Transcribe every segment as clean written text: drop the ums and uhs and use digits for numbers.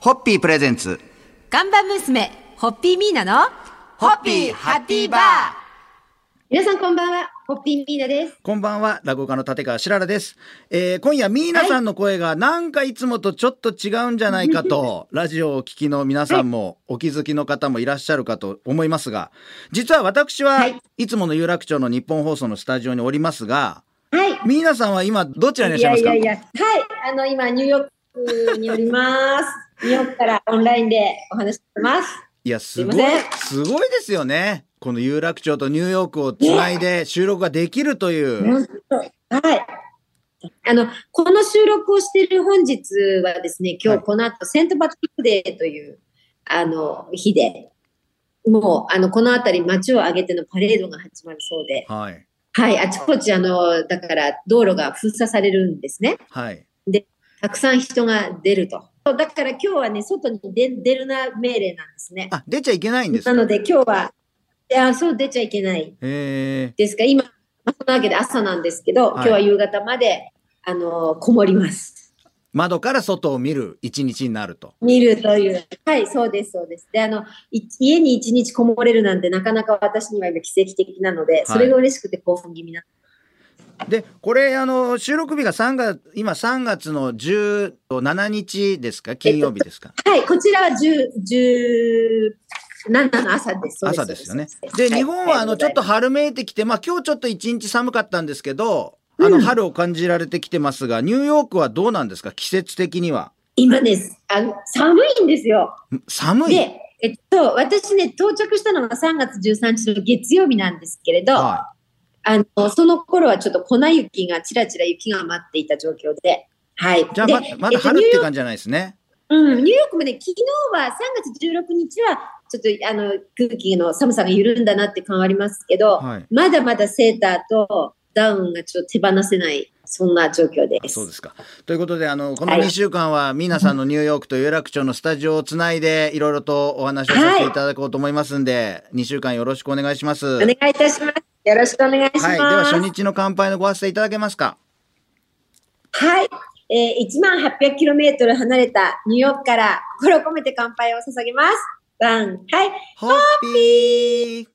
ホッピープレゼンツ看板娘ホッピーミーナのホッピーハッピーバー。 皆さんこんばんは、ホッピーミーナです。 こんばんは、落語家の立川しららです。今夜ミーナさんの声がなんかいつもとちょっと違うんじゃないかとラジオをお聞きの皆さんもお気づきの方もいらっしゃるかと思いますが、実は私はいつもの有楽町の日本放送のスタジオにおりますが、 はい。 ミーナさんは今どちらにいらっしゃいますか？ はい。今ニューヨークにおります。ニューヨークからオンラインでお話ししてます。 いや、すごいですよね。この有楽町とニューヨークをつないで収録ができるという。 はい。この収録をしている本日はですね、今日この後、セントパトリックデーという、日で、もう、この辺り街を挙げてのパレードが始まるそうで、 はい。 はい、あちこち、だから道路が封鎖されるんですね。 はい。 で、たくさん人が出ると。だから今日はね、外に出るな命令なんですね。 あ、出ちゃいけないんですか？ なので今日は、そう出ちゃいけないですが、今、そのわけで朝なんですけど、今日は夕方まで、こもります。 窓から外を見る一日になると。 見るという。はい、そうです、そうです。で、家に一日こもれるなんてなかなか私には今奇跡的なので、それが嬉しくて興奮気味なんです。 で、これ収録日が今3月の17日ですか？金曜日ですか？ はい、こちらは17の朝です。 朝ですよね。で、日本はちょっと春めいてきて、今日ちょっと一日寒かったんですけど、春を感じられてきてますが、ニューヨークはどうなんですか？季節的には。 今ね、寒いんですよ。 寒い？ で、私ね、到着したのが3月13日の月曜日なんですけれど、その頃はちょっと粉雪がちらちら雪が待っていた状況で、はい。 じゃあまだ春って感じじゃないですね。 ニューヨークもね、昨日は3月16日はちょっと空気の寒さが緩んだなって感はありますけど、まだまだセーターとダウンがちょっと手放せない、そんな状況です。 そうですか。ということで、この2週間はミーナさんのニューヨークと有楽町のスタジオをつないでいろいろとお話をさせていただこうと思いますんで、2週間よろしくお願いします。 お願いいたします。よろしくお願いします。 はい。では初日の乾杯のご発声いただけますか？ はい。1800km 離れたニューヨークから心込めて乾杯を捧げます。はい。 ホッピー。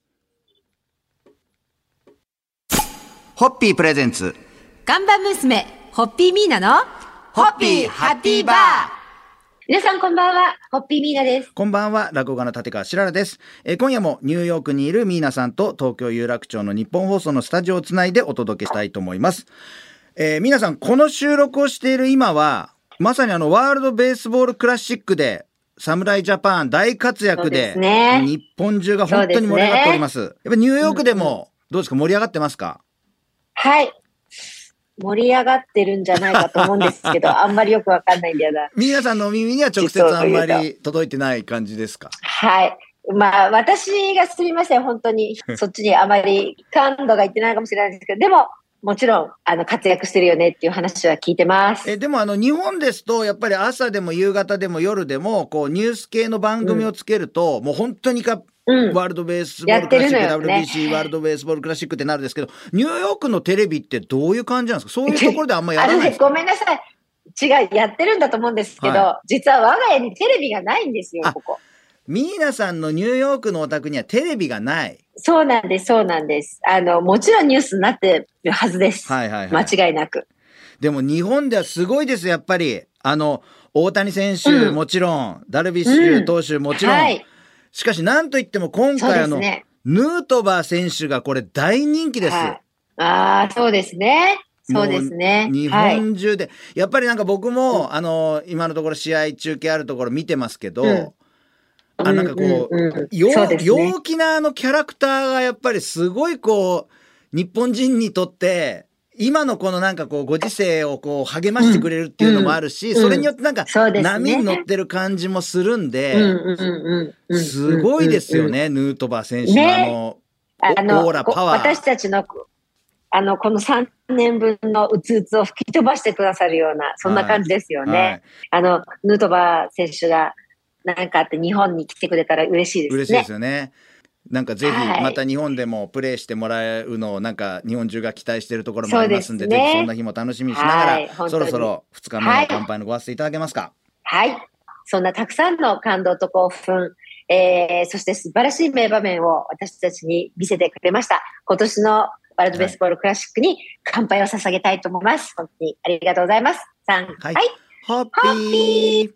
ホッピープレゼンツ。 看板娘ホッピーミーナのホッピーハッピーバー。 皆さんこんばんは、ホッピーミーナです。 こんばんは、落語家の立川しららです。今夜もニューヨークにいるミーナさんと東京有楽町の日本放送のスタジオをつないでお届けしたいと思います。ミーナさん、この収録をしている今はまさにワールドベースボールクラシックで侍ジャパン大活躍で、日本中が本当に盛り上がっております。やっぱニューヨークでもどうですか？盛り上がってますか？ はい。盛り上がってるんじゃないかと思うんですけど、あんまりよくわかんないんだよな。 皆さんのお耳には直接あんまり届いてない感じですか？ はい。まあ、私がすみません、本当に、そっちにあまり感度がいってないかもしれないですけど、でも、もちろん、活躍してるよねっていう話は聞いてます。 でも日本ですと、やっぱり朝でも夕方でも夜でも、こう、ニュース系の番組をつけると、もう本当にワールドベースボールクラシック、WBC ワールドベースボールクラシックってなるんですけど、ニューヨークのテレビってどういう感じなんですか？そういうところであんまやらないですか？ ごめんなさい。違う、やってるんだと思うんですけど、実は我が家にテレビがないんですよ、ここ。 ミーナさんのニューヨークのお宅にはテレビがない。 そうなんです、そうなんです。もちろんニュースになってるはずです。間違いなく。 でも日本ではすごいです、やっぱり。大谷選手もちろん、ダルビッシュ投手もちろん。しかしなんといっても今回ヌートバー選手がこれ大人気です。 そうですね。そうですね。 日本中で。やっぱりなんか僕も、今のところ試合中継あるところ見てますけど、なんかこう、陽気なキャラクターがやっぱりすごいこう、日本人にとって、今のこのなんかこうご時世をこう励ましてくれるっていうのもあるし、それによってなんか波に乗ってる感じもするんで、すごいですよね、ヌートバー選手のオーラ、パワー。 私たちのこの3年分のうつうつを吹き飛ばしてくださるような、そんな感じですよね。ヌートバー選手がなんかあって日本に来てくれたら嬉しいですね。 嬉しいですよね。なんかぜひまた日本でもプレーしてもらうのをなんか日本中が期待しているところもありますんで、ぜひそんな日も楽しみにしながら、そろそろ2日目の乾杯のご発声いただけますか？ はい。 そんなたくさんの感動と興奮、そして素晴らしい名場面を私たちに見せてくれました。今年のワールドベースボールクラシックに乾杯を捧げたいと思います。本当にありがとうございます。はい。 ホッピー。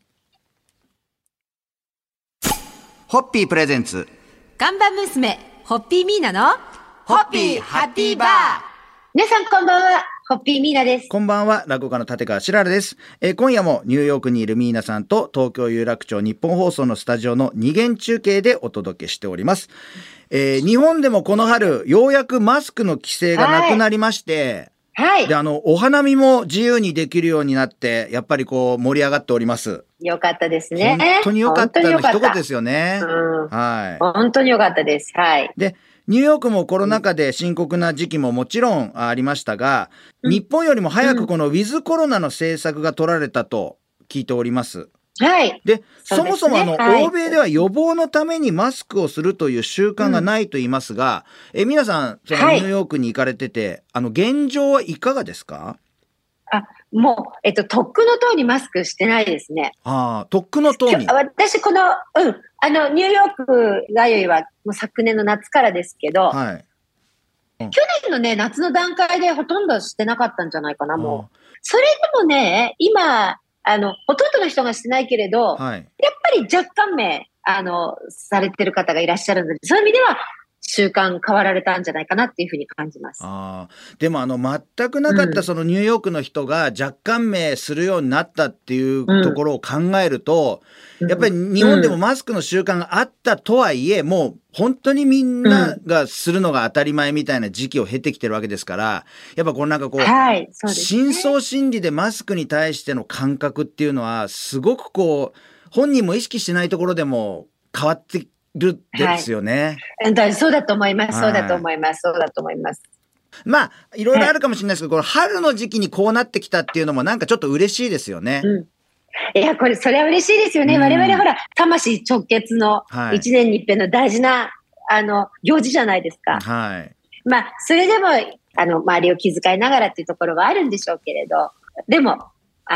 ホッピープレゼンツ。 看板娘、ホッピーミーナのホッピーハッピーバー。 皆さんこんばんは。ホッピーミーナです。 こんばんは、落語家の立川しららです。今夜もニューヨークにいるミーナさんと東京有楽町日本放送のスタジオの二元中継でお届けしております。日本でもこの春ようやくマスクの規制がなくなりまして、 はい。 でお花見も自由にできるようになってやっぱりこう盛り上がっております。 よかったですね。 本当によかったの一言ですよね。はい。 本当によかったです。はい。 でニューヨークもコロナ禍で深刻な時期ももちろんありましたが、日本よりも早くこのウィズコロナの政策が取られたと聞いております。 はい。 で、そもそも欧米では予防のためにマスクをするという習慣がないと言いますが、皆さん、そのニューヨークに行かれてて、現状はいかがですか？ もう、とっくのとおりマスクしてないですね。 とっくのとおり。 私、ニューヨークがよりは、もう昨年の夏からですけど、 はい。 去年のね、夏の段階でほとんどしてなかったんじゃないかな、もう。それでもね、今、ほとんどの人がしてないけれど、 はい、 やっぱり若干されてる方がいらっしゃるので、そういう意味では、習慣変わられたんじゃないかなっていうふうに感じます。 でも全くなかったそのニューヨークの人が若干名するようになったっていうところを考えると、やっぱり日本でもマスクの習慣があったとはいえ、もう本当にみんながするのが当たり前みたいな時期を経てきてるわけですから、やっぱこうなんかこう、 はいそうですね、 深層心理でマスクに対しての感覚っていうのはすごくこう本人も意識してないところでも変わってるですよね。 はい、そうだと思います。そうだと思います。そうだと思います。 まあいろいろあるかもしれないですけど、この春の時期にこうなってきたっていうのもなんかちょっと嬉しいですよね。 いやそれは嬉しいですよね。我々ほら魂直結の一年に一遍の大事な、行事じゃないですか。 はい。 まあそれでも周りを気遣いながらっていうところはあるんでしょうけれど、でも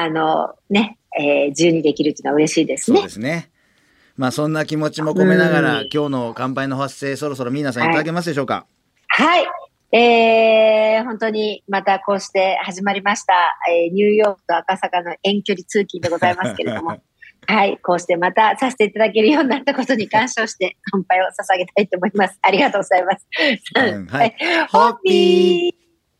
自由にできるっていうのは嬉しいですね。 そうですね。まあそんな気持ちも込めながら、今日の乾杯の発声そろそろミーナさんいただけますでしょうか？ はい。本当にまたこうして始まりました、ニューヨークと赤坂の遠距離通勤でございますけれども、はい、こうしてまたさせていただけるようになったことに感謝して乾杯を捧げたいと思います。ありがとうございます。 はい。ホッピ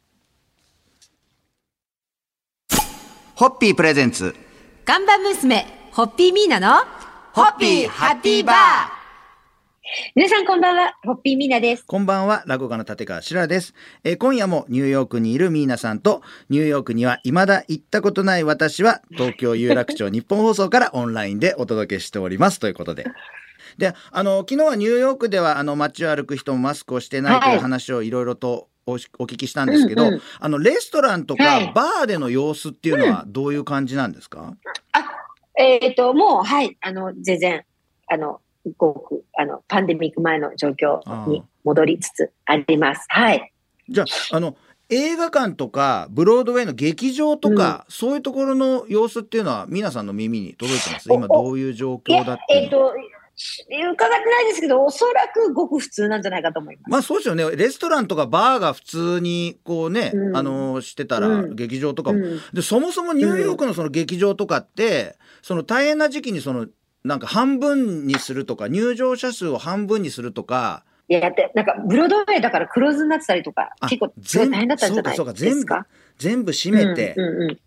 ー。ホッピープレゼンツ。 看板娘、ホッピーミーナのホッピーハッピーバー。 皆さんこんばんは、ホッピーミーナです。 こんばんは、落語家の立川しららです。今夜もニューヨークにいるミーナさんと、ニューヨークには未だ行ったことない私は、東京有楽町日本放送からオンラインでお届けしておりますということで。で、昨日はニューヨークでは街を歩く人もマスクをしてないという話をいろいろとお聞きしたんですけど、レストランとかバーでの様子っていうのはどういう感じなんですか？ もう、はい、全然、ごく、パンデミック前の状況に戻りつつあります。はい。 じゃあ、映画館とか、ブロードウェイの劇場とか、そういうところの様子っていうのは、皆さんの耳に届いてます？今どういう状況だっていうの。 伺ってないですけど、おそらくごく普通なんじゃないかと思います。 まあそうですよね。レストランとかバーが普通にこうね、してたら、劇場とかも、でそもそもニューヨークのその劇場とかって、その大変な時期になんか半分にするとか、入場者数を半分にするとか。 いや、なんかブロードウェイだからクローズになってたりとか、結構大変だったんじゃないですか。 全部閉めて。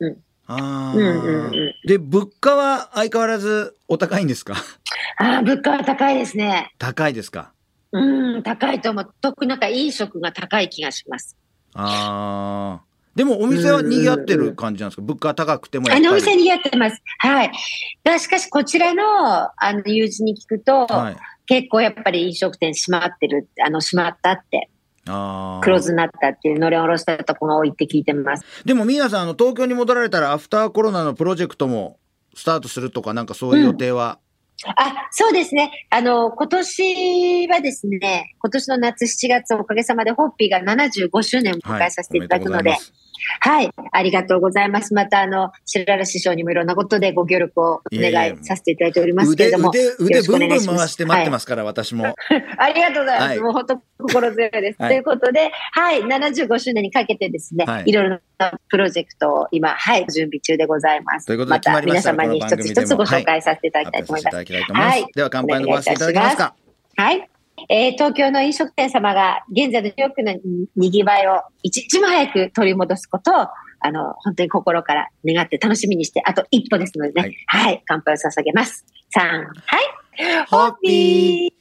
で、物価は相変わらずお高いんですか？ 物価は高いですね。 高いですか？ 高いと思う。特になんか飲食が高い気がします。 でもお店は賑わってる感じなんですか？物価高くてもやっぱり。 お店賑わってます。はい。しかしこちらの友人に聞くと、結構やっぱり飲食店閉まってる、閉まったって。クローズになったっていうのれん下ろしたとこが多いって聞いてます。 でも皆さん東京に戻られたらアフターコロナのプロジェクトもスタートするとかなんかそういう予定は、 そうですね。今年はですね、今年の夏7月おかげさまでホッピーが75周年を迎えさせていただくので、 はい、ありがとうございます。また白良師匠にもいろんなことでご協力をお願いさせていただいておりますけれども、 腕ブンブン回して待ってますから、私も。 ありがとうございます。もう本当心強いです。ということで、はい、75周年にかけてですね、いろいろなプロジェクトを今、準備中でございます。 ということで、 また皆様に一つ一つご紹介させていただきたいと思います。 では、乾杯のご発声いただけますか。 はい。東京の飲食店様が現在のニューヨークのにぎわいを一日も早く取り戻すことを、本当に心から願って楽しみにして、あと一歩ですのでね、はい、乾杯を捧げます。3、はい。ホッピ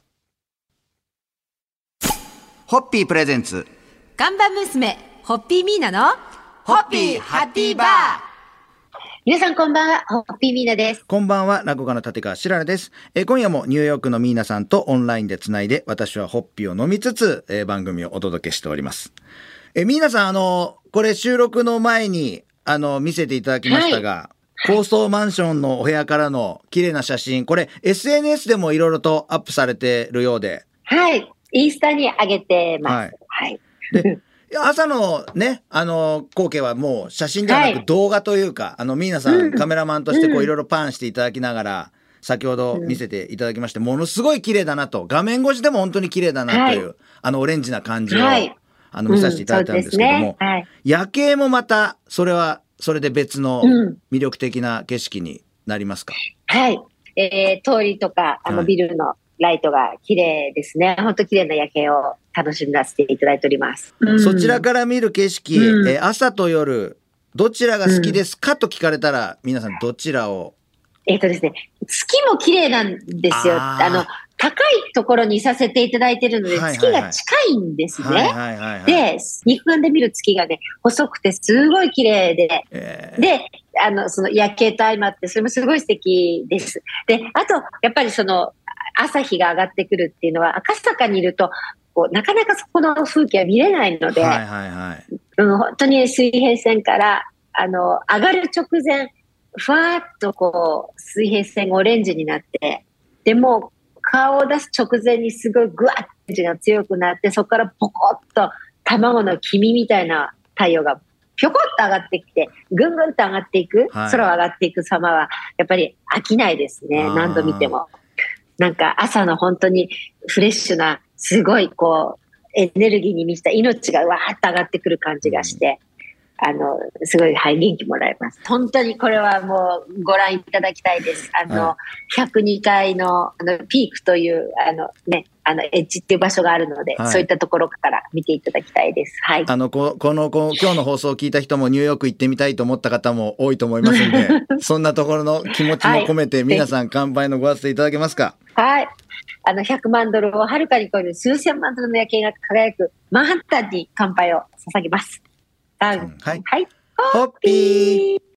ー。ホッピープレゼンツ。 看板娘、ホッピーミーナの、 ホッピーハッピーバー。 皆さんこんばんは、ホッピーミーナです。 こんばんは、落語家の立川しららです。今夜もニューヨークのミーナさんとオンラインでつないで、私はホッピーを飲みつつ、番組をお届けしております。ミーナさん、これ収録の前に、見せていただきましたが、高層マンションのお部屋からの綺麗な写真、これ SNS でもいろいろとアップされてるようで。 はい、インスタに上げてます。はい。で朝のね、光景はもう写真ではなく動画というか、ミーナさん、カメラマンとしてこういろいろパンしていただきながら、先ほど見せていただきまして、ものすごい綺麗だなと、画面越しでも本当に綺麗だなという、オレンジな感じを、見させていただいたんですけども、夜景もまた、それは、それで別の魅力的な景色になりますか？ はい。通りとか、ビルのライトが綺麗ですね。本当綺麗な夜景を楽しませていただいております。 そちらから見る景色、朝と夜、どちらが好きですかと聞かれたら、皆さんどちらを？ ですね、月も綺麗なんですよ。高いところにいさせていただいているので、月が近いんですね。で、肉眼で見る月がね、細くてすごい綺麗で、で、その夜景と相まって、それもすごい素敵です。で、あと、やっぱり朝日が上がってくるっていうのは、赤坂にいると、なかなかそこの風景は見れないので、本当に水平線から、上がる直前、ふわーっと水平線がオレンジになって、でも顔を出す直前にすごいグワッとオレンジが強くなって、そこからポコッと卵の黄身みたいな太陽がぴょこっと上がってきて、ぐんぐんと上がっていく、空を上がっていく様は、やっぱり飽きないですね。何度見ても。なんか朝の本当にフレッシュな、すごいエネルギーに満ちた命がわーっと上がってくる感じがして、すごい、元気もらえます。本当にこれはもうご覧いただきたいです。102階の、ピークという、エッジっていう場所があるので、そういったところから見ていただきたいです。はい。 今日の放送を聞いた人もニューヨーク行ってみたいと思った方も多いと思いますので、そんなところの気持ちも込めて、皆さん乾杯のご発声いただけますか？ はい。$100万をはるかに超える数千万ドルの夜景が輝くマンハッタンに乾杯を捧げます。はい。 ホッピー。